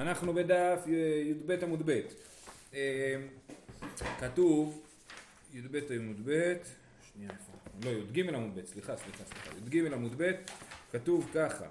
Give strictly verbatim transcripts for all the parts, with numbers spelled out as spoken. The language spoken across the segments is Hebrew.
אנחנו בדף י"ב עמוד ב'. כתוב י"ב עמוד ב', שנייה איפה? לא, י"ג עמוד ב', סליחה, סליחה, סליחה. י"ג עמוד ב', כתוב ככה.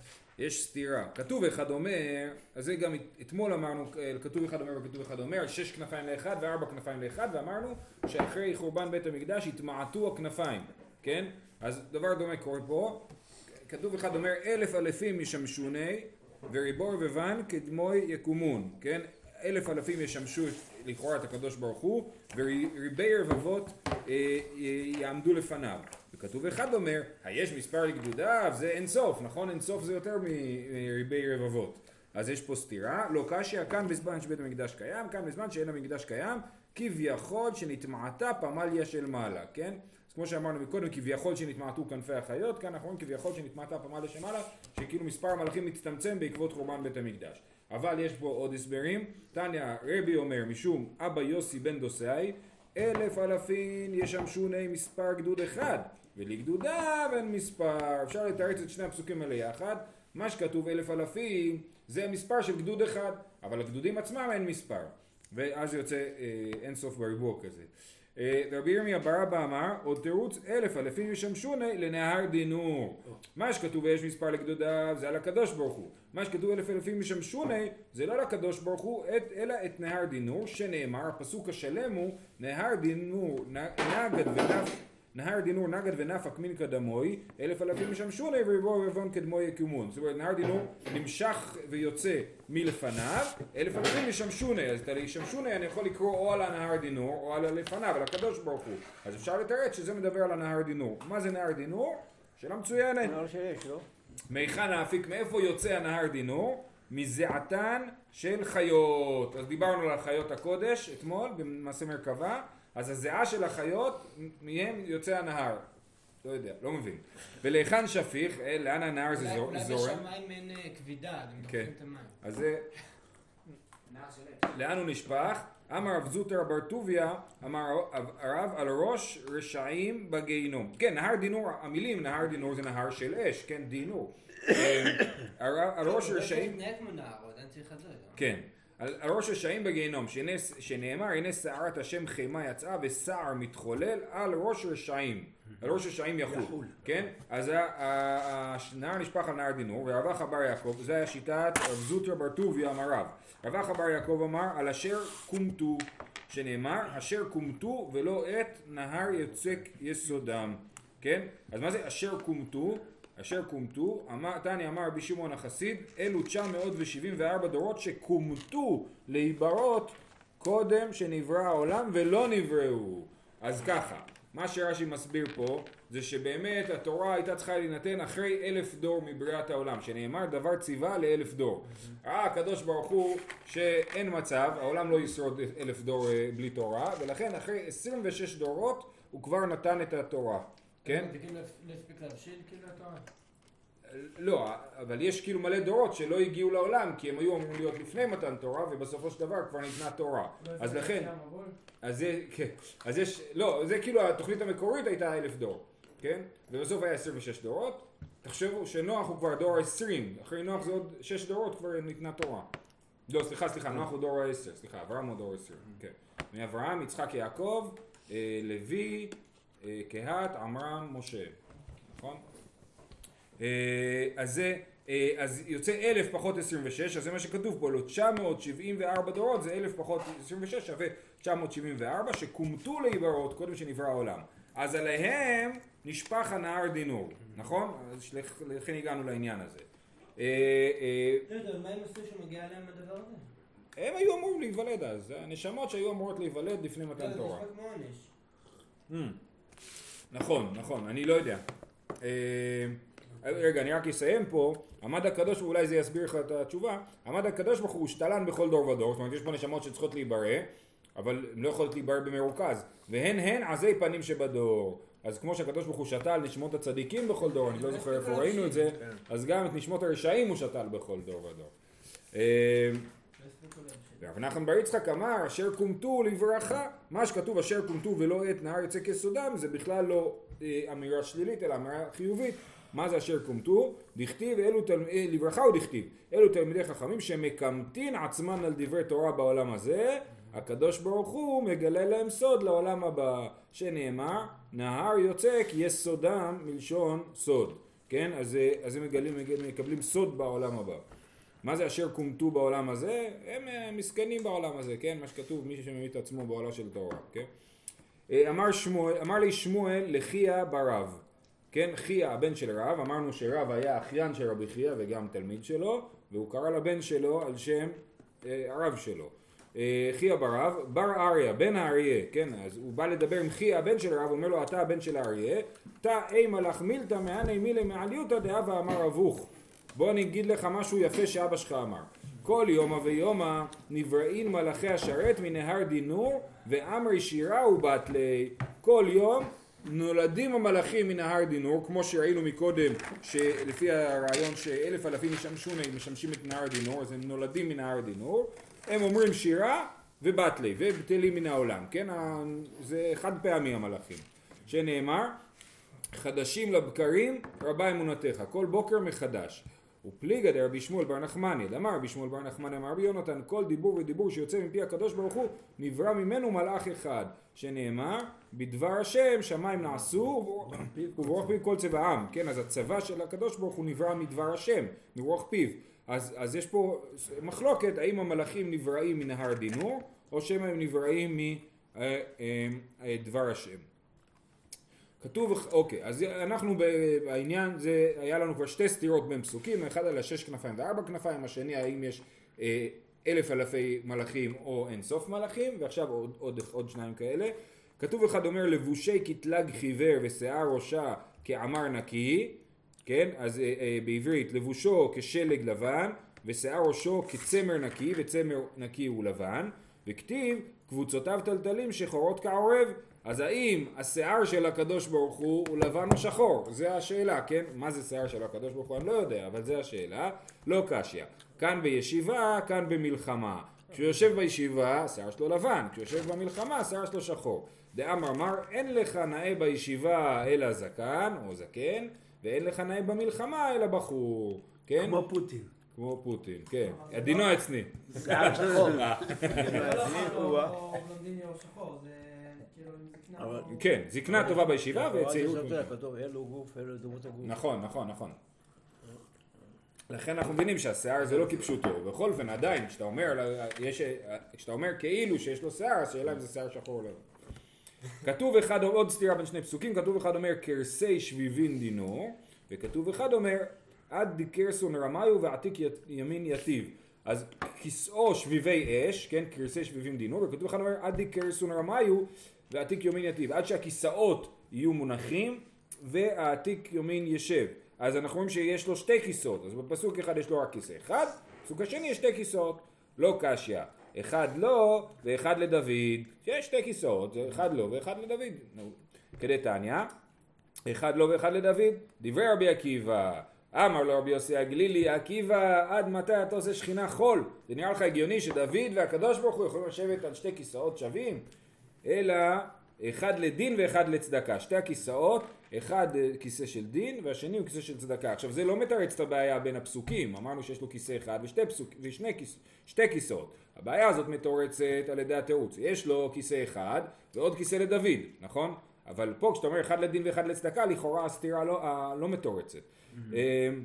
יש סתירה. כתוב אחד אומר, אז זה גם אתמול אמרנו, כתוב אחד אומר וכתוב אחד אומר, שש כנפיים לאחד וארבע כנפיים לאחד, ואמרנו שאחרי חורבן בית המקדש התמעטו הכנפיים, כן? אז דבר דומה קורה פה. כתוב אחד אומר, אלף אלפים ישמשוני וריבור ובן כדמוי יקומון, כן? אלף אלפים ישמשו לכאורה את הקדוש ברוך הוא, וריבי רבבות אה, יעמדו לפניו. וכתוב אחד אומר, היש מספר לגדודיו, זה אין סוף, נכון? אין סוף זה יותר מריבי רבבות. אז יש פה סתירה, לא קשיא, כאן בזמן שבית המקדש קיים, כאן בזמן שאין המקדש קיים, כביכול שנתמעטה פמליה של מעלה, כן? אז כמו שאמרנו מקודם, כביכול שנתמעטו כנפי החיות, כאן אנחנו רואים כביכול שנתמעטה פמליה של מעלה, שכאילו מספר המלאכים מצטמצם בעקבות חורבן בית המקדש. אבל יש פה עוד הסברים. תניא רבי אומר, משום אבא יוסי בן דוסאי, אלף אלפים ישמשוני מספר גדוד אחד, ולגדודיו אין מספר. אפשר לתרץ את שני הפסוקים האלה יחד. מה שכתוב אלף אלפים זה המספר של גדוד אחד, אבל לגדודים עצמם אין מספר. ואז יוצא אה, אין סוף בריבוע כזה. אה, רבי ירמיה בר אבא אמר, עוד תירוץ אלף אלפים ישמשוני לנהר דינור. מה שכתוב יש מספר לגדודיו זה על הקדוש ברוך הוא. מה שכתוב אלף אלפים ישמשוני זה לא לקדוש ברוך הוא אלא את נהר דינור, שנאמר הפסוק השלם הוא נהר דינור נגד ונף נהר דינור נגד ונפק מן קדמוי, אלף אלפים ישמשוני וריבוע ובן כדמוי יקומון. זאת אומרת נהר דינור נמשך ויוצא מלפניו, אלף אלפים ישמשוני. אז את הישמשוני אני יכול לקרוא או על הנהר דינור או על לפניו, על הקדוש ברוך הוא. אז אפשר לתרץ שזה מדבר על הנהר דינור. מה זה נהר דינור? שאלה מצוינת. נהר שיש, לא? מיכן האפיק, מאיפה יוצא הנהר דינור? מזעתן של חיות. אז דיברנו על חיות הקודש אתמול במעשה מרכבה. אז הזיעה של החיות, מהם יוצא הנהר. לא יודע, לא מבין. ולהיכן שפיך, לאן הנהר זה זורם? אולי בשמיים אין כבידה, הם דוחים את המים. אז זה... לאן הוא נשפך? אמר רב זוטרא בר טוביה, אמר הרב על ראש רשעים בגיהינום. כן, נהר דינור, המילים נהר דינור זה נהר של אש, כן, דינור. על ראש רשעים... זה כמו נהר, עוד אין צריך את זה. כן. על ראש רשעים בגיהינום, שנאמר, הנה שערת השם חימה יצאה וסער מתחולל על ראש רשעים. על ראש רשעים יחול. כן? אז הנהר נשפך על נהר דינור, ורבח בר יעקב, זה היה שיטת רב זוטרא בר טוביה אמר רב. רבח בר יעקב אמר, על אשר קומתו, שנאמר, אשר קומתו ולא את נהר יוצק יסודם. כן? אז מה זה אשר קומתו? אשר קומתו, תניא אמר רבי שמעון החסיד, אלו תשע מאות שבעים וארבע דורות שקומתו להיברות קודם שנברא העולם ולא נבראו. אז ככה, מה שרש"י מסביר פה זה שבאמת התורה הייתה צריכה להינתן אחרי אלף דור מבריאת העולם, שנאמר דבר ציווה לאלף דור. ראה הקדוש ברוך הוא שאין מצב, העולם לא ישרוד אלף דור בלי תורה, ולכן אחרי עשרים ושש דורות הוא כבר נתן את התורה. כן? להספיק להבשיל כאילו התורה? לא, אבל יש כאילו מלא דורות שלא הגיעו לעולם כי הם היו אמורים להיות לפני מתן תורה ובסופו של דבר כבר ניתנה תורה. אז לכן, אז זה, כן, אז יש, לא, זה כאילו התוכנית המקורית הייתה אלף דור, כן? ובסוף היה עשרים ושש דורות. תחשבו שנוח הוא כבר דור עשרים, אחרי נוח זה עוד שש דורות כבר ניתנה תורה. לא, סליחה, סליחה, נוח הוא דור עשר, סליחה, אברהם הוא דור עשר, כן. מאברהם, יצחק, יעקב, לוי, קהת, עמרם, משה, נכון? אז זה, אז יוצא אלף פחות עשרים ושש, אז זה מה שכתוב פה, לא תשע מאות שבעים וארבע דורות, זה אלף פחות עשרים ושש שווה תשע מאות שבעים וארבע, שקומתו להיברות קודם שנברא העולם. אז עליהם נשפך הנהר דינור, נכון? אז לכן הגענו לעניין הזה. אבל מה הם עשו שמגיע עליהם הדבר הזה? הם היו אמורים להיוולד אז, הנשמות שהיו אמורות להיוולד לפני מתן תורה. זה נשמע כמו עונש. נכון, נכון, אני לא יודע. רגע, אני רק אסיים פה. עמד הקדוש, ואולי זה יסביר לך את התשובה, עמד הקדוש ברוך הוא שתלן בכל דור ודור, זאת אומרת יש פה נשמות שצריכות להיברא, אבל הן לא יכולות להיברא במרוכז, והן הן עזי פנים שבדור. אז כמו שהקדוש ברוך הוא שתל נשמות הצדיקים בכל דור, אני לא זוכר איפה ראינו את זה, אז גם את נשמות הרשעים הוא שתל בכל דור ודור. רב נחמן בר יצחק אמר אשר קומתו לברכה, מה שכתוב אשר קומתו ולא את נהר יוצק יסודם זה בכלל לא אה, אמירה שלילית אלא אמירה חיובית. מה זה אשר כומתו? דכתיב אלו תלמידי, לברכה הוא דכתיב, אלו תלמידי חכמים שמקמתין עצמן על דברי תורה בעולם הזה, הקדוש ברוך הוא מגלה להם סוד לעולם הבא, שנאמר, נהר יוצא כי יש סודם מלשון סוד, כן? אז, אז הם מגלים, מקבלים סוד בעולם הבא. מה זה אשר כומתו בעולם הזה? הם מסכנים בעולם הזה, כן? מה שכתוב, מי שממית את עצמו בעולה של תורה, כן? אמר, שמואל, אמר לי שמואל לחייה ברב, כן? חייה הבן של רב, אמרנו שרב היה אחיין של רבי חייה וגם תלמיד שלו, והוא קרא לבן שלו על שם אה, הרב שלו. אה, חייה ברב, בר אריה, בן האריה, כן? אז הוא בא לדבר עם חייה הבן של רב, הוא אומר לו, אתה הבן של האריה, אתה אימה לך מילתא מעני מילי מעליותא דאבה אמר אבוך. בוא אני אגיד לך משהו יפה שאבא שלך אמר. כל יומה ויומה נבראים מלאכי השרת מנהר דינור ואמרי שירה ובת לי. כל יום נולדים המלאכים מנהר דינור, כמו שראינו מקודם שלפי הרעיון שאלף אלפים ישמשון משמשים את נהר דינור, אז הם נולדים מנהר דינור, הם אומרים שירה ובת לי ובטלים מן העולם, כן? זה חד פעמי המלאכים, שנאמר חדשים לבקרים רבה אמונתך, כל בוקר מחדש. ופליגא דרבי שמואל בר נחמני, אמר רבי שמואל בר נחמני אמר רבי יונתן, כל דיבור ודיבור שיוצא מפי הקדוש ברוך הוא נברא ממנו מלאך אחד, שנאמר בדבר השם שמיים נעשו וברוח פיו כל צבעם, כן? אז הצבא של הקדוש ברוך הוא נברא מדבר השם, מרוח פיו. אז, אז יש פה מחלוקת האם המלאכים נבראים מנהר דינור או שהם הם נבראים מדבר השם. כתוב, אוקיי, אז אנחנו בעניין, זה היה לנו כבר שתי סתירות בין פסוקים, אחד על השש כנפיים וארבע כנפיים, השני האם יש אה, אלף אלפי מלאכים או אין סוף מלאכים, ועכשיו עוד, עוד, עוד שניים כאלה. כתוב אחד אומר לבושי כתלג חיוור ושיער ראשה כעמר נקי, כן, אז אה, אה, בעברית לבושו כשלג לבן ושיער ראשו כצמר נקי, וצמר נקי הוא לבן, וכתיב קבוצותיו טלטלים שחורות כעורב. אז האם השיער של הקדוש ברוך הוא הוא לבן או שחור? זה השאלה, כן? מה זה שיער של הקדוש ברוך הוא? אני לא יודע, אבל זה השאלה. לא קשיא. כאן בישיבה, כאן במלחמה. כשהוא יושב בישיבה, השיער שלו לבן. כשהוא יושב במלחמה, השיער שלו שחור. דאמר מר, אין לך נאה בישיבה אלא זקן או זקן, ואין לך נאה במלחמה אלא בחור. כן? כמו פוטין. כמו פוטין, כן. עדינו עצני. שיער שחור. כן, זקנה טובה בישיבה וצעירות. כתוב אלו גוף, אלו דמות הגוף. נכון, נכון, נכון. לכן אנחנו מבינים שהשיער זה לא כפשוטו. בכל אופן עדיין, כשאתה אומר, כשאתה אומר כאילו שיש לו שיער, השאלה אם זה שיער שחור או לא. כתוב אחד, עוד סתירה בין שני פסוקים, כתוב אחד אומר קרסי שביבין דינו, וכתוב אחד אומר עד דקרסון רמיו ועתיק ימין יתיב. אז כיסאו שביבי אש, כן, קרסי שביבים דינו, וכתוב אחד אומר עד דקרסון רמיו ועתיק יומין יתיב, עד שהכיסאות יהיו מונחים והעתיק יומין ישב. אז אנחנו רואים שיש לו שתי כיסאות, אז בפסוק אחד יש לו רק כיסא אחד, בפסוק השני יש שתי כיסאות, לא קשיא, אחד לא ואחד לדוד, שיש שתי כיסאות, אחד לא ואחד לדוד. כדי תניא, אחד לא ואחד לדוד, דברי רבי עקיבא, אמר לו רבי יוסי הגלילי, עקיבא עד מתי אתה עושה שכינה חול? זה נראה לך הגיוני שדוד והקדוש ברוך הוא יכולים לשבת על שתי כיסאות שווים? אלא אחד לדין ואחד לצדקה. שתי הכיסאות, אחד כיסא של דין והשני הוא כיסא של צדקה. עכשיו זה לא מתרץ את הבעיה בין הפסוקים, אמרנו שיש לו כיסא אחד ושתי, פסוק, ושני כיס, שתי כיסאות. הבעיה הזאת מתורצת על ידי התירוץ. יש לו כיסא אחד ועוד כיסא לדוד, נכון? אבל פה כשאתה אומר אחד לדין ואחד לצדקה, לכאורה הסתירה לא, לא מתורצת. Mm-hmm.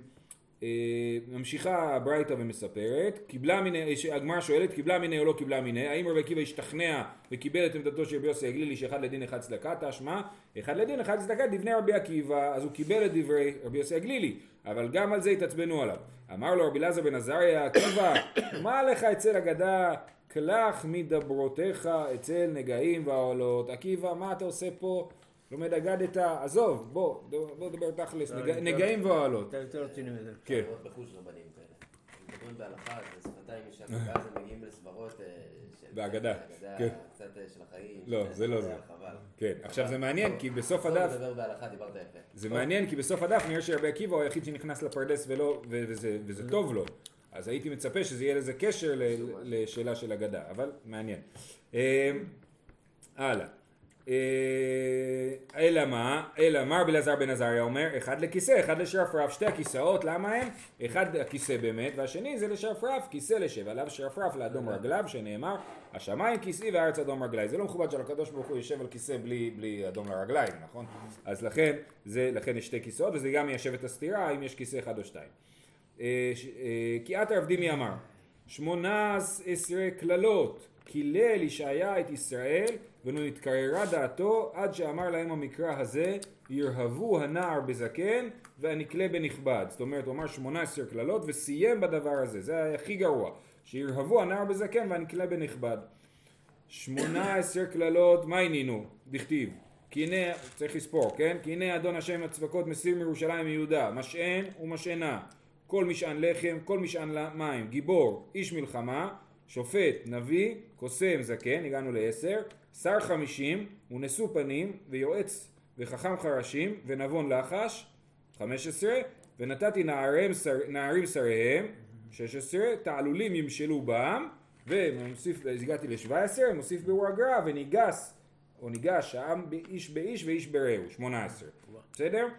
ממשיכה הברייתא ומספרת, קיבלה מיני, הגמרא שואלת, קיבלה מיני או לא קיבלה מיני, האם רבי עקיבא השתכנע וקיבל את עמדתו של רבי יוסי הגלילי שאחד לדין אחד צדקה, תשמע, אחד לדין אחד צדקה דבני רבי עקיבא, אז הוא קיבל את דברי רבי יוסי הגלילי, אבל גם על זה התעצבנו עליו. אמר לו רבי אלעזר בן עזריה, עקיבא, מה לך אצל אגדה, קלח מדברותיך אצל נגעים ועולות. עקיבא, מה אתה עושה פה? לומד אגדת, עזוב, בוא, בוא דבר תכלס, נגעים ועולות. אתה יותר רציני מזה. כן. בחוש רבנים כאלה. מדברים בהלכה, זה שפתיים משם, ואז הם מגיעים לסברות של... באגדה. באגדה, קצת של החיים. לא, זה לא זה. כן, עכשיו זה מעניין, כי בסוף הדף... לדבר בהלכה, דיברת יפה. זה מעניין, כי בסוף הדף נראה שרבי עקיבא הוא היחיד שנכנס לפרדס וזה טוב לו. אז הייתי מצפה שזה יהיה לזה קשר לשאלה של אגדה, אבל מעניין. הלאה. אלא מה? אלא מה רבי אלעזר בן עזריה אומר, אחד לכיסא, אחד לשרפרף, שתי הכיסאות, למה הם? אחד הכיסא באמת, והשני זה לשרפרף, כיסא לשב, עליו שרפרף לאדום רגליו, שנאמר, השמיים כיסאי והארץ אדום רגלי. זה לא מכובד של הקדוש ברוך הוא יושב על כיסא בלי, בלי אדום לרגליים, נכון? אז לכן, זה, לכן יש שתי כיסאות, וזה גם מיישב את הסתירה, אם יש כיסא אחד או שתיים. כי את עבדי מי אמר, שמונה עשרה כללות, קילל ישעיה את ישראל, ונתקררה דעתו עד שאמר להם המקרא הזה, ירהבו הנער בזקן והנקלה בנכבד. זאת אומרת, הוא אמר שמונה עשרה כללות וסיים בדבר הזה, זה היה הכי גרוע, שירהבו הנער בזקן והנקלה בנכבד. שמונה עשרה כללות, מה ענינו? דכתיב, כי הנה, צריך לספור, כן? כי הנה אדון השם הצבקות מסיר מירושלים מיהודה, משען ומשענה, כל משען לחם, כל משען מים, גיבור, איש מלחמה, שופט, נביא, קוסם, זקן, הגענו לעשר, שר חמישים, ונשוא פנים, ויועץ, וחכם חרשים, ונבון לחש, חמש עשרה, ונתתי נערים, שר, נערים שריהם, שש עשרה, תעלולים ימשלו בם, ומוסיף, הגעתי ל-שבע עשרה, מוסיף ביאור הגר"א, וניגס, או ניגש, העם איש באיש ואיש ברעהו, שמונה עשרה, בסדר?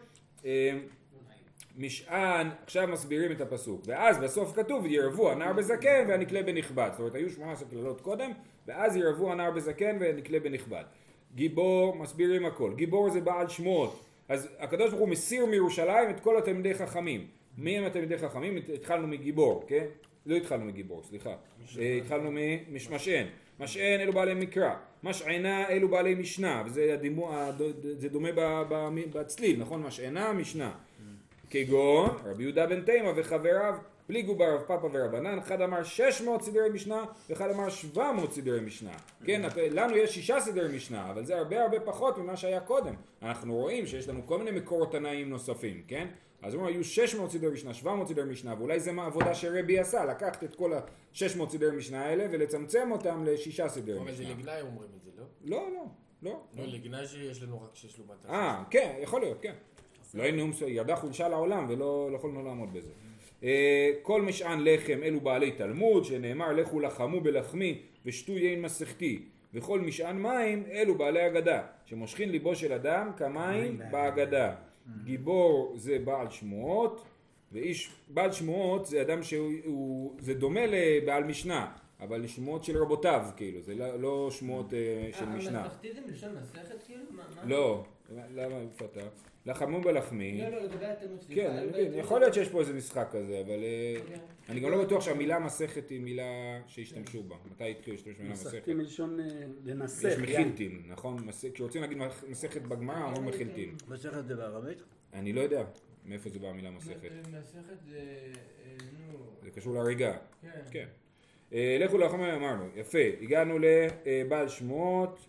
משען, עכשיו מסבירים את הפסוק, ואז בסוף כתוב ירבו הנער בזקן והנקלה בנכבד. זאת אומרת, היו שמונה עשרה כללות קודם, ואז ירבו הנער בזקן והנקלה בנכבד. גיבור, מסבירים הכל, גיבור זה בעל שמות. אז הקדוש ברוך הוא מסיר מירושלים את כל התלמידי חכמים. מי הם התלמידי חכמים? התחלנו מגיבור, כן? לא התחלנו מגיבור, סליחה. התחלנו ממשען. משען אלו בעלי מקרא, משענה אלו בעלי משנה, וזה הדימו, זה דומה בצליל, נכון? משענה, משנה. כגון רבי יהודה בן תימא וחבריו, פליגו ברב פאפא ורבנן, אחד אמר שש מאות סדרי משנה ואחד אמר שבע מאות סדרי משנה. כן, לנו יש שישה סדרי משנה, אבל זה הרבה הרבה פחות ממה שהיה קודם. אנחנו רואים שיש לנו כל מיני מקורות תנאים נוספים, כן? אז אומרים, היו שש מאות סדרי משנה, שבע מאות סדרי משנה, ואולי זה העבודה שרבי עשה, לקחת את כל ה-שש מאות סדרי משנה האלה ולצמצם אותם לשישה סדרי משנה. אבל זה לגנאי אומרים את זה, לא? לא, לא, לא. לא, לגנאי שיש לנו רק שש לעומת השש. אה, כן, יכול להיות, כן. לא היינו, ירדה חולשה לעולם ולא יכולנו לעמוד בזה. כל משען לחם אלו בעלי תלמוד, שנאמר לכו לחמו בלחמי ושתו יין מסכתי, וכל משען מים אלו בעלי אגדה, שמושכין ליבו של אדם כמים באגדה. גיבור זה בעל שמועות, ואיש בעל שמועות זה אדם שהוא, זה דומה לבעל משנה, אבל שמועות של רבותיו, כאילו, זה לא, לא שמועות של משנה. המסכתי זה מלשון מסכת, כאילו? לא, למה איפה אתה? לחמו בלחמי. לא, לא, לגבי התלמוד, סליחה. כן, אני מבין, יכול להיות שיש פה איזה משחק כזה, אבל אני גם לא בטוח שהמילה מסכת היא מילה שהשתמשו בה. מתי התחילו להשתמש במילה מסכת? מסכתי מלשון לנסח. יש מחילתין, נכון? כשרוצים להגיד מסכת בגמרא, אמרו מחילתין. מסכת זה בערבית? אני לא יודע מאיפה זה בא המילה מסכת. מסכת זה, נו... זה קשור להריגה. כן. כן. לכו לחמו אמרנו, יפה, הגענו לבעל שמות.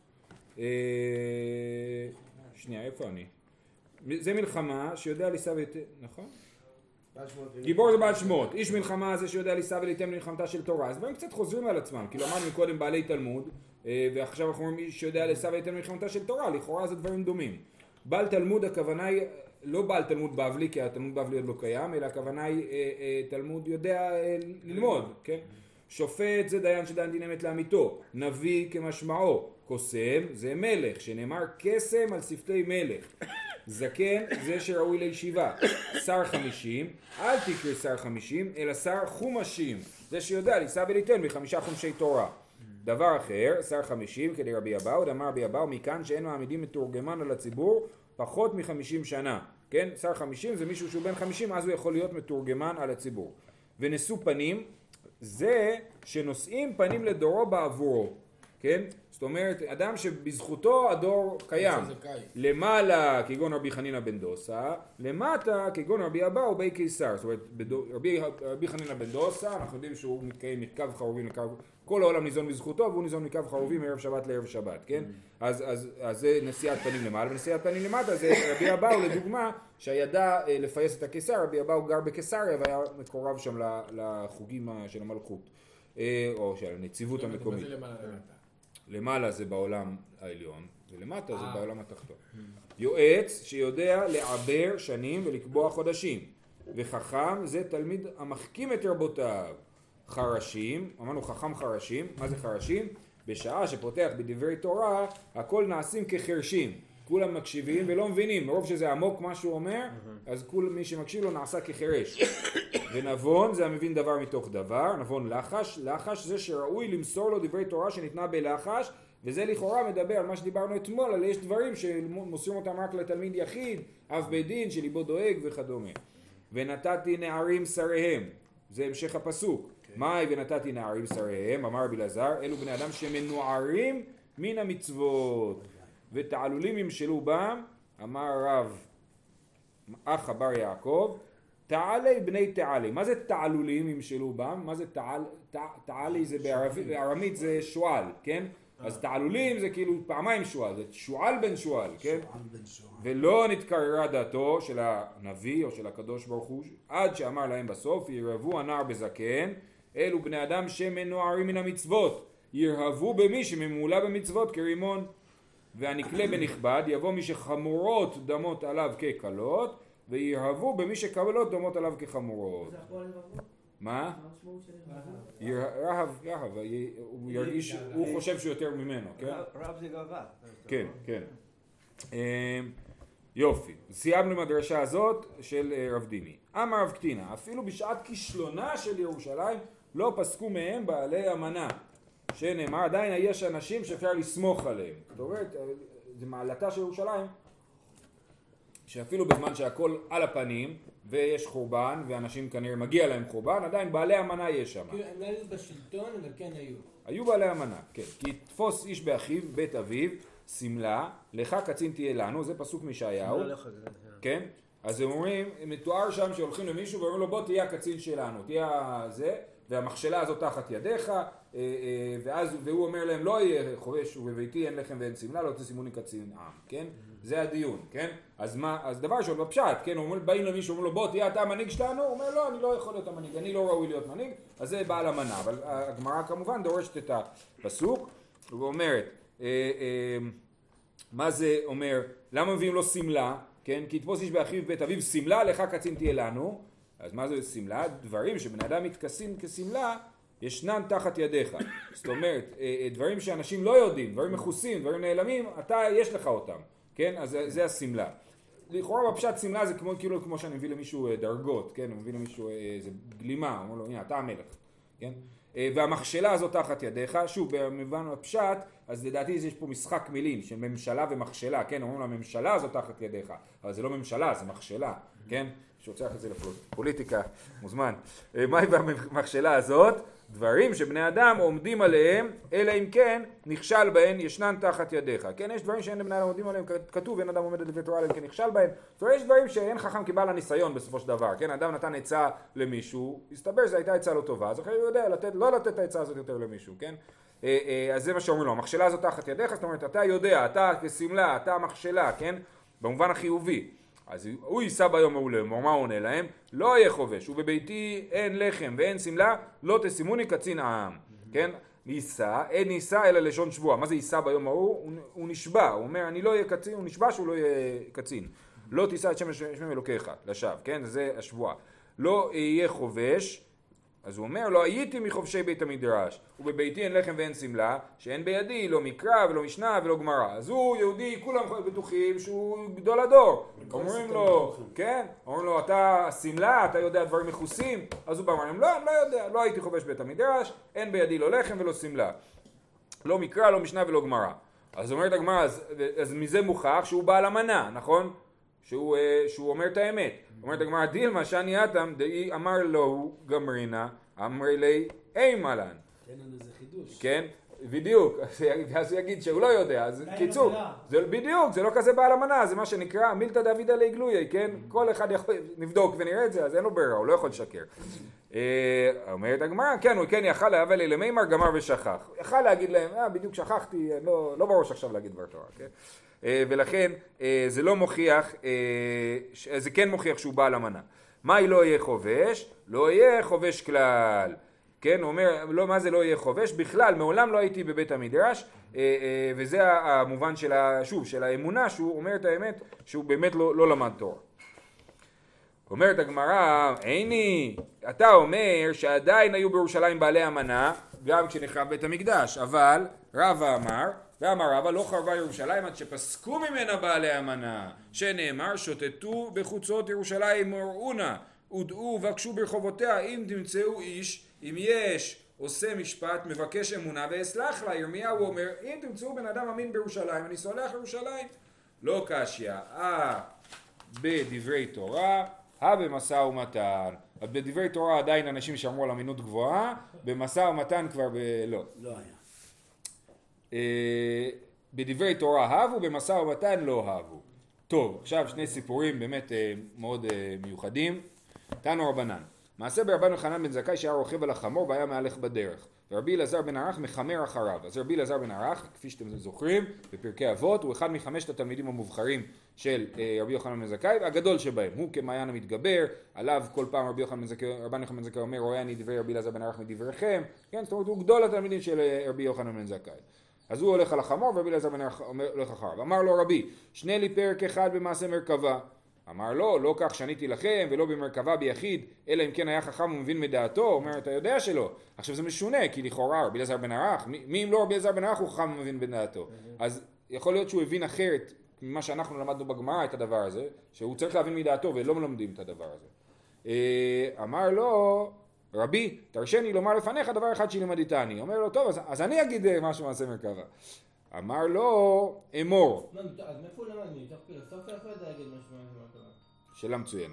שנייה, איפה אני? זה מלחמה שיודע לישא וליתן, נכון? גיבור זה בעל שמות, איש מלחמה זה שיודע לישא וליתן מלחמתה של תורה. אז דברים קצת חוזרים על עצמם, כאילו אמרנו קודם בעלי תלמוד, ועכשיו אנחנו אומרים איש שיודע לישא וליתן מלחמתה של תורה, לכאורה זה דברים דומים. בעל תלמוד הכוונה היא לא בעל תלמוד בבלי, כי התלמוד בבלי עוד לא קיים, אלא הכוונה היא תלמוד יודע ללמוד, כן? שופט זה דיין שדן דין אמת לאמיתו, נביא כמשמעו, קוסם זה מלך, שנאמר קסם על שפתי מלך. זקן זה שראוי לישיבה. שר חמישים, אל תקרא שר חמישים, אלא שר חומשים, זה שיודע לישא וליתן בחמישה חומשי תורה. דבר אחר, שר חמישים, כדי רבי אבאו, דאמר רבי אבאו, מכאן שאין מעמידים מתורגמן על הציבור פחות מחמישים שנה. כן, שר חמישים זה מישהו שהוא בן חמישים, אז הוא יכול להיות מתורגמן על הציבור. ונשוא פנים, זה שנושאים פנים לדורו בעבורו. כן? זאת אומרת, אדם שבזכותו הדור קיים. למעלה כגון רבי חנינא בן דוסה, למטה כגון רבי אבאו בי קיסר. זאת אומרת, רבי, רבי חנינא בן דוסה, אנחנו יודעים שהוא מתקיים מקו חרובים לקו, כל העולם ניזון בזכותו, והוא ניזון מקו חרובים מערב שבת לערב שבת, כן? אז, אז, אז זה נשיאת פנים למעלה, ונשיאת פנים למטה זה רבי אבאו, לדוגמה, שידע לפייס את הקיסר. רבי אבאו גר בקיסריה והיה מקורב שם לחוגים של המלכות, או של הנציבות המקומית. למעלה זה בעולם העליון, ולמטה זה בעולם התחתון. יועץ שיודע לעבר שנים ולקבוע חודשים, וחכם זה תלמיד המחכים את רבותיו. חרשים, אמרנו חכם חרשים, מה זה חרשים? בשעה שפותח בדברי תורה, הכל נעשים כחרשים. כולם מקשיבים ולא מבינים, מרוב שזה עמוק מה שהוא אומר, אז כל מי שמקשיב לו נעשה כחרש. ונבון זה המבין דבר מתוך דבר, נבון לחש, לחש זה שראוי למסור לו דברי תורה שניתנה בלחש, וזה לכאורה מדבר על מה שדיברנו אתמול, על יש דברים שמוסרים אותם רק לתלמיד יחיד, אב בית דין שליבו דואג וכדומה. ונתתי נערים שריהם, זה המשך הפסוק. מאי ונתתי נערים שריהם, אמר רבי אלעזר, אלו בני אדם שמנוערים מן המצוות. ותעלולים ימשלו בם, אמר הרב אח בר יעקב, תעלי בני תעלי. מה זה תעלולים ימשלו בם? מה זה תעל, תע, תעלי זה בערבית, בערמית זה שועל, כן? אז תעלולים זה כאילו פעמיים שועל, זה שועל בן שועל, כן? ולא נתקררה דעתו של הנביא או של הקדוש ברוך הוא, עד שאמר להם בסוף, ירהבו הנער בזקן, אלו בני אדם שמנוערים מן המצוות, ירהבו במי שממולא במצוות כרימון. והנקלה בנכבד יבוא מי שחמורות דמות עליו כקלות, וירהבו במי שקלות דמות עליו כחמורות. מה? רהב, רהב, הוא ירגיש, הוא חושב שהוא יותר ממנו, כן? רב זה גאווה. כן, כן. יופי, סיימנו עם הדרשה הזאת של רב דימי. אמר רב קטינה, אפילו בשעת כישלונה של ירושלים לא פסקו מהם בעלי אמנה. שנאמר, עדיין יש אנשים שאפשר לסמוך עליהם. זאת אומרת, זה מעלתה של ירושלים, שאפילו בזמן שהכל על הפנים, ויש חורבן, ואנשים כנראה מגיע להם חורבן, עדיין בעלי אמנה יש שם. כאילו, הם לא היו בשלטון, אבל כן היו. היו בעלי אמנה, כן. כי תפוס איש באחיו, בית אביו, סמלה, לך קצין תהיה לנו, זה פסוק מישעיהו. כן? אז הם אומרים, מתואר שם שהולכים למישהו ואומרים לו, בוא תהיה הקצין שלנו, תהיה זה, והמכשלה הזאת תחת ידיך, ואז, והוא אומר להם, לא יהיה חובש ובביתי אין לחם ואין סמלה, לא תשימוני קצין עם, כן? זה הדיון, כן? אז מה, אז דבר ראשון בפשט, כן? אומר, באים למישהו, אומרים לו, בוא תהיה אתה המנהיג שלנו, הוא אומר, לא, אני לא יכול להיות המנהיג, אני לא ראוי להיות מנהיג, אז זה בעל המנה, אבל הגמרא כמובן דורשת את הפסוק, ואומרת, אה, אה, מה זה אומר, למה מביאים לו סמלה, כן? כי תפוס איש באחיו בית אביו סמלה, לך קצין תהיה לנו, אז מה זה סמלה? דברים שבן אדם מתכסים כסמלה, ישנן תחת ידיך. זאת אומרת, דברים שאנשים לא יודעים, דברים מכוסים, דברים נעלמים, אתה, יש לך אותם, כן? אז זה, זה הסמלה. לכאורה בפשט סמלה זה כמו, כאילו, כמו שאני מביא למישהו דרגות, כן? אני מביא למישהו איזה גלימה, אומר לו, הנה, אתה המלך, כן? והמכשלה הזאת תחת ידיך, שוב, במובן הפשט, אז לדעתי יש פה משחק מילים של ממשלה ומכשלה, כן? אומרים לה, הממשלה הזאת תחת ידיך, אבל זה לא ממשלה, זה מכשלה, כן? שרוצח את זה לפוליטיקה, מוזמן. מהי במכשלה הזאת? דברים שבני אדם עומדים עליהם, אלא אם כן נכשל בהן, ישנן תחת ידיך. כן, יש דברים שאין לבני אדם עומדים עליהם, כתוב, אין אדם עומד לדברי תורה, אלא אם כן נכשל בהן. ויש דברים שאין חכם כבעל הניסיון בסופו של דבר. כן, אדם נתן עצה למישהו, הסתבר שזו הייתה עצה לא טובה, אז אחרי הוא יודע לתת, לא לתת את העצה הזאת יותר למישהו, כן? אז זה מה שאומרים לו, המכשלה הזאת תחת ידיך, זאת אומרת, אתה יודע, אתה כסמלה, אתה המכשלה, כן? במובן החיובי. אז הוא יישא ביום ההוא לאמור, מה הוא עונה להם? לא יהיה חובש, ובביתי אין לחם ואין סמלה, לא תשימוני קצין העם. כן? יישא, אין יישא אלא לשון שבוע. מה זה יישא ביום ההוא? הוא, הוא נשבע, הוא אומר אני לא אהיה קצין, הוא נשבע שהוא לא יהיה קצין. לא תישא את שם שמם אלוקיך, לשווא, כן? זה השבוע. לא יהיה חובש, אז הוא אומר לא הייתי מחובשי בית המדרש, ובביתי אין לחם ואין סמלה, שאין בידי לא מקרא ולא משנה ולא גמרא. אז הוא יהודי, כולם בטוחים שהוא גדול הדור. אומרים לו, כן? אומרים לו, אתה סמלה, אתה יודע דברים מכוסים? אז הוא בא ואומר, לא, אני לא יודע, לא הייתי חובש בית המדרש, אין בידי לא לחם ולא סמלה. לא מקרא, לא משנה ולא גמרא. אז אומרת הגמרא, אז, אז מזה מוכח שהוא בעל אמנה, נכון? שהוא, שהוא אומר את האמת. אומרת הגמרא, דילמה שאני אתם, דאי אמר לו גמרינה, אמרי לי אימה לן. כן, זה חידוש. כן, בדיוק. אז הוא יגיד שהוא לא יודע. אז קיצור, זה, בדיוק, זה לא כזה בעל אמנה, זה מה שנקרא מילתא דאבידא ליה גלויה, כן? כל אחד יכול, נבדוק ונראה את זה, אז אין לו ברירה, הוא לא יכול לשקר. אומרת הגמרא, כן, הוא כן יכל להבא לי למימר גמר ושכח. יכל להגיד להם, אה, בדיוק שכחתי, לא, לא בראש עכשיו להגיד דבר תורה, כן? ולכן זה לא מוכיח, זה כן מוכיח שהוא בעל אמנה. מה לא יהיה חובש? לא יהיה חובש כלל. כן, הוא אומר, לא, מה זה לא יהיה חובש? בכלל, מעולם לא הייתי בבית המדרש, וזה המובן של, שוב, של האמונה, שהוא אומר את האמת, שהוא באמת לא, לא למד תורה. אומרת הגמרא, איני, אתה אומר שעדיין היו בירושלים בעלי אמנה, גם כשנחרב בית המקדש, אבל רבא אמר, ואמר רבא לא חרבה ירושלים עד שפסקו ממנה בעלי אמנה, שנאמר שוטטו בחוצות ירושלים מורעונה, ודעו ובקשו ברחובותיה, אם תמצאו איש, אם יש עושה משפט, מבקש אמונה ואסלח לה. ירמיהו אומר, אם תמצאו בן אדם אמין בירושלים, אני סולח ירושלים. לא קשיא, אה בדברי תורה, אה במשא ומתן. בדברי תורה עדיין אנשים שאמרו על אמינות גבוהה, במשא ומתן כבר ב... לא. לא היה. אה, בדברי תורה הבו, במשא ומתן לא הבו. טוב, עכשיו שני סיפורים באמת אה, מאוד אה, מיוחדים. תנו רבנן. מעשה ברבן יוחנן בן זכאי שהיה רוכב על החמור והיה מהלך בדרך. ורבי אלעזר בן ערך מחמר אחריו. אז רבי אלעזר בן ערך, כפי שאתם זוכרים, בפרקי אבות, הוא אחד מחמשת התלמידים המובחרים של אה, רבי יוחנן בן זכאי, הגדול שבהם. הוא כמעיין המתגבר, עליו כל פעם רבי יוחנן בן זכאי, רבן יוחנן בן זכאי אומר, רואה אני דברי רבי אלעזר בן ערך מדבריכם. כן, זאת אומרת, הוא גדול התלמידים של אה, רבי יוחנן בן זכאי. אז הוא הולך על החמור ורבי אלעזר בן ערך הולך אחריו. אמר לו רבי, שני לי פרק אחד במעשה מרכבה. אמר לו, לא כך שניתי לכם ולא במרכבה ביחיד, אלא אם כן היה חכם ומבין מדעתו. אומר, אתה יודע שלא. עכשיו זה משונה, כי לכאורה רבי אלעזר בן ערך, מי, מי אם לא רבי אלעזר בן ערך הוא חכם ומבין מדעתו. אז יכול להיות שהוא הבין אחרת ממה שאנחנו למדנו בגמרא את הדבר הזה, שהוא צריך להבין מדעתו ולא מלמדים את הדבר הזה. אמר לו, רבי, תרשני לומר לפניך דבר אחד שלימדתני. אומר לו, טוב, אז, אז אני אגיד משהו מעשה מרכבה. אמר לו, אמור. אז מאיפה הוא למד? מתוך פילוסופיה יכול להגיד משהו מרכבה? שאלה מצוינת.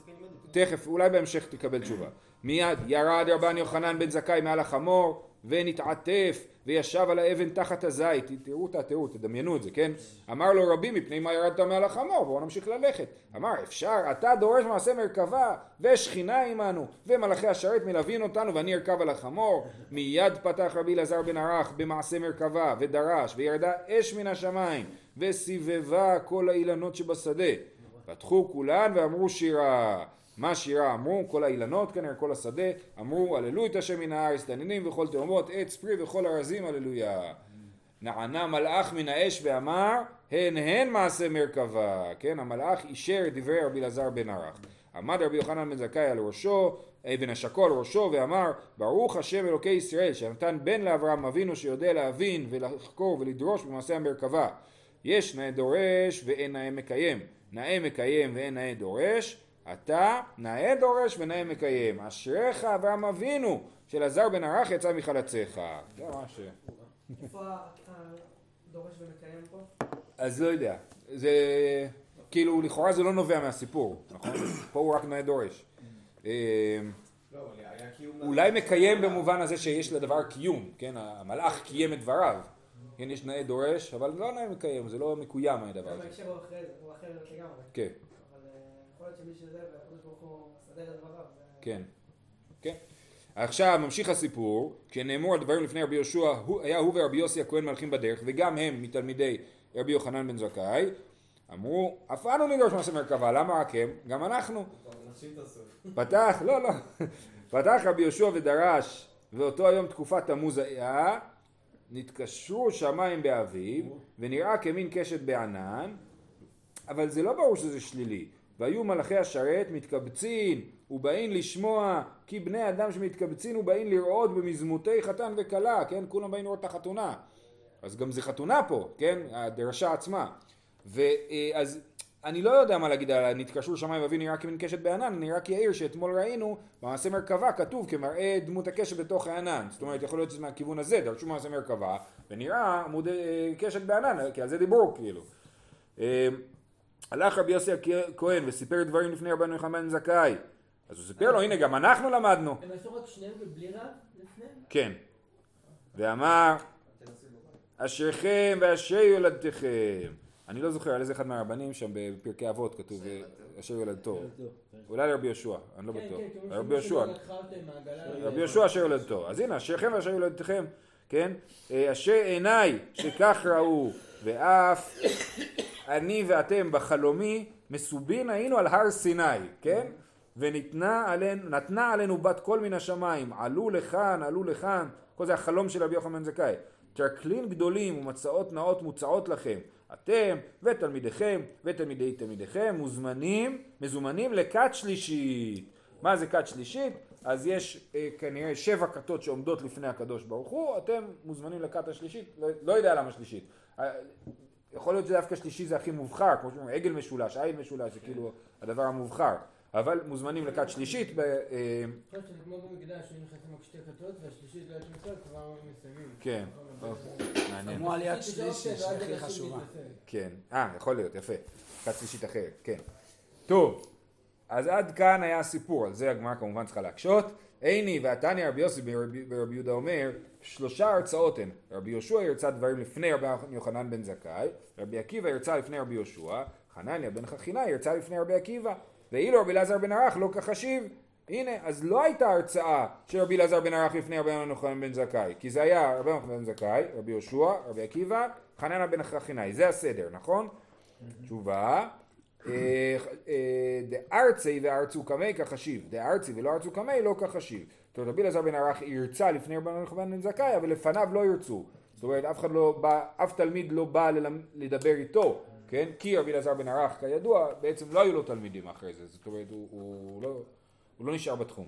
תכף, אולי בהמשך תקבל תשובה. מיד ירד רבן יוחנן בן זכאי מעל החמור ונתעטף וישב על האבן תחת הזית. תראו אותה, תראו, תדמיינו את זה, כן? אמר לו רבי, מפני מה ירדת מעל החמור? בואו נמשיך ללכת. אמר, אפשר, אתה דורש מעשה מרכבה ושכינה עמנו ומלאכי השרת מלווין אותנו ואני ארכב על החמור. מיד פתח רבי אלעזר בן ערך במעשה מרכבה ודרש וירדה אש מן השמיים וסיבבה כל האילנות שבשדה. פתחו כולן ואמרו שירה. מה שירה אמרו? כל האילנות כנראה, כל השדה, אמרו הללו את השם מן הארץ, תנינים וכל תאומות, עץ פרי וכל ארזים, הללויה. נענה מלאך מן האש ואמר, הן הן מעשה מרכבה. כן, המלאך אישר את דברי רבי אלעזר בן ערך. עמד רבי יוחנן בן זכאי על ראשו, ונשקו על ראשו ואמר, ברוך השם אלוקי ישראל, שנתן בן לאברהם אבינו שיודע להבין ולחקור ולדרוש במעשה המרכבה. יש נאה דורש ואין נאה מקיים. נאה מקיים ואין נאה דורש. אתה נאה דורש ונאה מקיים. אשריך אברהם אבינו שאלעזר בן ערך יצא מחלציך. זה מה ש... איפה הדורש ומקיים פה? אז לא יודע. זה כאילו לכאורה זה לא נובע מהסיפור, נכון? פה הוא רק נאה דורש. אולי מקיים במובן הזה שיש לדבר קיום, כן? המלאך קיים את דבריו. כן, יש נאה דורש, אבל לא נאה מקיים, זה לא מקוים הדבר הזה. ההקשר הוא אחר, הוא אחר לגמרי. כן. יכול להיות שמי שזה והקדוש ברוך הוא מסדר את דבריו. כן, כן. עכשיו ממשיך הסיפור, כשנאמרו הדברים לפני רבי יהושע, היה הוא ורבי יוסי הכהן מלכים בדרך, וגם הם מתלמידי רבי יוחנן בן זכאי, אמרו, אף אנו נדרוש מעשה מרכבה, למה רק הם? גם אנחנו. פתח, לא, לא. פתח רבי יהושע ודרש, ואותו היום תקופת תמוז היה, נתקשרו שמיים באביב, ונראה כמין קשת בענן, אבל זה לא ברור שזה שלילי. והיו מלאכי השרת מתקבצין ובאים לשמוע, כי בני אדם שמתקבצין ובאים לראות במזמותי חתן וכלה, כן? כולם באים לראות את החתונה. אז גם זה חתונה פה, כן? הדרשה עצמה. ואז אני לא יודע מה להגיד על נתקשרו שמיים ואביב נראה כמין קשת בענן, אני רק יעיר שאתמול ראינו במעשה מרכבה כתוב כמראה דמות הקשת בתוך הענן. זאת אומרת, יכול להיות שזה מהכיוון הזה, דרשו מעשה מרכבה, ונראה עמוד קשת בענן, כי על זה דיברו כאילו. הלך רבי יוסי הכהן וסיפר דברים לפני רבן יוחנן בן זכאי. אז הוא סיפר לו, הנה גם אנחנו למדנו. הם עשו רק שניהם ובלי רב לפני? כן. ואמר, אשריכם ואשרי יולדתכם. אני לא זוכר על איזה אחד מהרבנים שם בפרקי אבות כתוב אשר יולדתו. אולי לרבי יהושע, אני לא בטוח. רבי יהושע. רבי יהושע אשר יולדתו. אז הנה, אשריכם ואשר יולדתכם. כן? אשר עיניי שכך ראו ואף אני ואתם בחלומי מסובין היינו על הר סיני, כן? ונתנה עלינו, נתנה עלינו בת קול מן השמיים, עלו לכאן, עלו לכאן, כל זה החלום של רבי יוחנן בן זכאי. טרקלין גדולים ומצעות נאות מוצעות לכם, אתם ותלמידיכם ותלמידי תלמידיכם מוזמנים, מזומנים לכת שלישית. מה זה כת שלישית? אז יש אה, כנראה שבע כתות שעומדות לפני הקדוש ברוך הוא, אתם מוזמנים לכת השלישית, לא, לא יודע למה שלישית. אה, יכול להיות שדווקא שלישי זה הכי מובחר, כמו שאומרים, עגל משולש, עין משולש, זה כאילו הדבר המובחר. אבל מוזמנים לכת שלישית. ב, אה, יכול להיות שזה כמו במקדש, שהיינו נכנסים רק שתי כתות והשלישית לא נכנסות, כבר מסיימים. כן, מעניין. כמו עליית שלישי, שהכי חשובה. כן, אה, יכול להיות, יפה. כת שלישית אחרת, כן. טוב, אז עד כאן היה הסיפור, על זה הגמרא כמובן צריכה להקשות. איני ועתניא רבי יוסי ברבי יהודה אומר, שלושה הרצאות הן. רבי יהושע ירצה דברים לפני רבי יוחנן בן זכאי, רבי עקיבא ירצה לפני רבי יהושע, חנניה בן חכינאי ירצה לפני רבי עקיבא. ואילו רבי אלעזר בן ערך לא כחשיב. הנה, אז לא הייתה הרצאה של רבי אלעזר בן ערך לפני רבי יוחנן בן זכאי, כי זה היה רבי יוחנן בן זכאי, רבי יהושע, רבי עקיבא, חנניה בן חכינאי. זה הסדר, נכון? תשובה. דארצי וארצו קמי כחשיב, דארצי ולא ארצו קמי לא כחשיב. זאת אומרת, רבי אלעזר בן ערך ירצה לפני רבי יוחנן בן זכאי, אבל לפניו לא ירצו. זאת אומרת, אף אחד לא בא, אף תלמיד לא בא לדבר איתו, כן? כי רבי אלעזר בן ערך, כידוע, בעצם לא היו לו תלמידים אחרי זה. זאת אומרת, הוא, הוא, לא, הוא לא נשאר בתחום.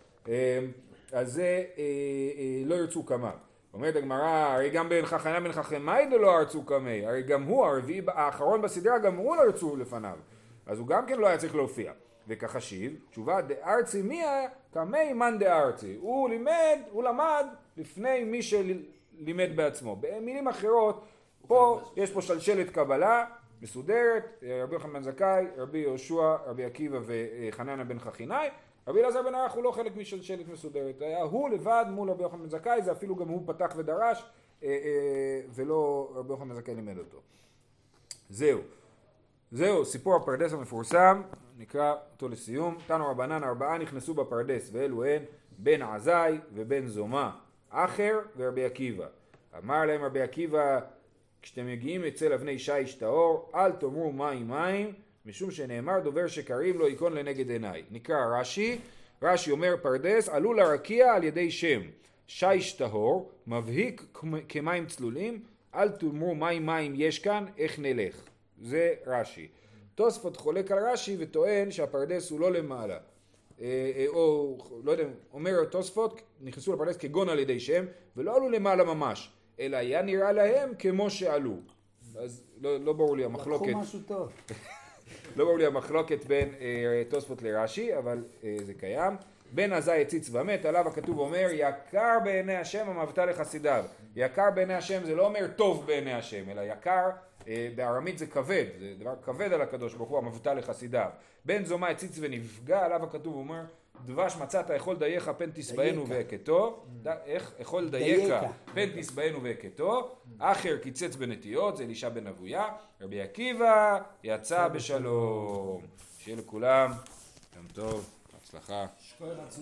אז זה לא ירצו כמה. אומרת הגמרא, הרי גם בן חכניה בן חכמאי לא ארצו קמי, הרי גם הוא, הרביעי האחרון בסדרה, גם הוא לא ירצו לפניו. אז הוא גם כן לא היה צריך להופיע. וכחשיב, תשובה, דארצי מיה קמי מן דארצי. הוא לימד, הוא למד לפני מי שלימד בעצמו. במילים אחרות, פה יש פה שלשלת קבלה מסודרת, רבי יוחנן בן זכאי, רבי יהושע, רבי עקיבא וחנניה בן חכינאי. רבי אלעזר בן ערך הוא לא חלק משלשלת מסודרת, היה הוא לבד מול רבי יוחנן בן זכאי, זה אפילו גם הוא פתח ודרש, אה, אה, ולא רבי יוחנן בן זכאי לימד אותו. זהו, זהו, סיפור הפרדס המפורסם, נקרא אותו לסיום. תנו רבנן ארבעה נכנסו בפרדס, ואלו הן בן עזאי ובן זומא, אחר ורבי עקיבא. אמר להם רבי עקיבא, כשאתם מגיעים אצל אבני שיש טהור, אל תאמרו מים מים, משום שנאמר דובר שקרים לא ייכון לנגד עיניי. נקרא רש"י, רש"י אומר פרדס עלו לרקיע על ידי שם, שיש טהור, מבהיק כמים צלולים, אל תאמרו מים מים יש כאן, איך נלך. זה רש"י. תוספות חולק על רש"י וטוען שהפרדס הוא לא למעלה. או לא יודע, אומר תוספות, נכנסו לפרדס כגון על ידי שם, ולא עלו למעלה ממש, אלא היה נראה להם כמו שעלו. אז לא, לא ברור לי המחלוקת. לקחו משהו טוב. לא ברור לי המחלוקת בין אה, תוספות לרש"י, אבל אה, זה קיים. בן עזאי הציץ ומת, עליו הכתוב אומר, יקר בעיני השם המבטא לחסידיו. יקר בעיני השם זה לא אומר טוב בעיני השם, אלא יקר, אה, בארמית זה כבד, זה דבר כבד על הקדוש ברוך הוא, המבטא לחסידיו. בן זומא הציץ ונפגע, עליו הכתוב אומר, דבש מצאת אכול דייך פן תשבענו והכתו. איך? אכול דייך פן תשבענו והכתו. אחר קיצץ בנטיות, זה אלישע בן אבויה. רבי עקיבא יצא בשלום. שיהיה לכולם יום טוב, הצלחה.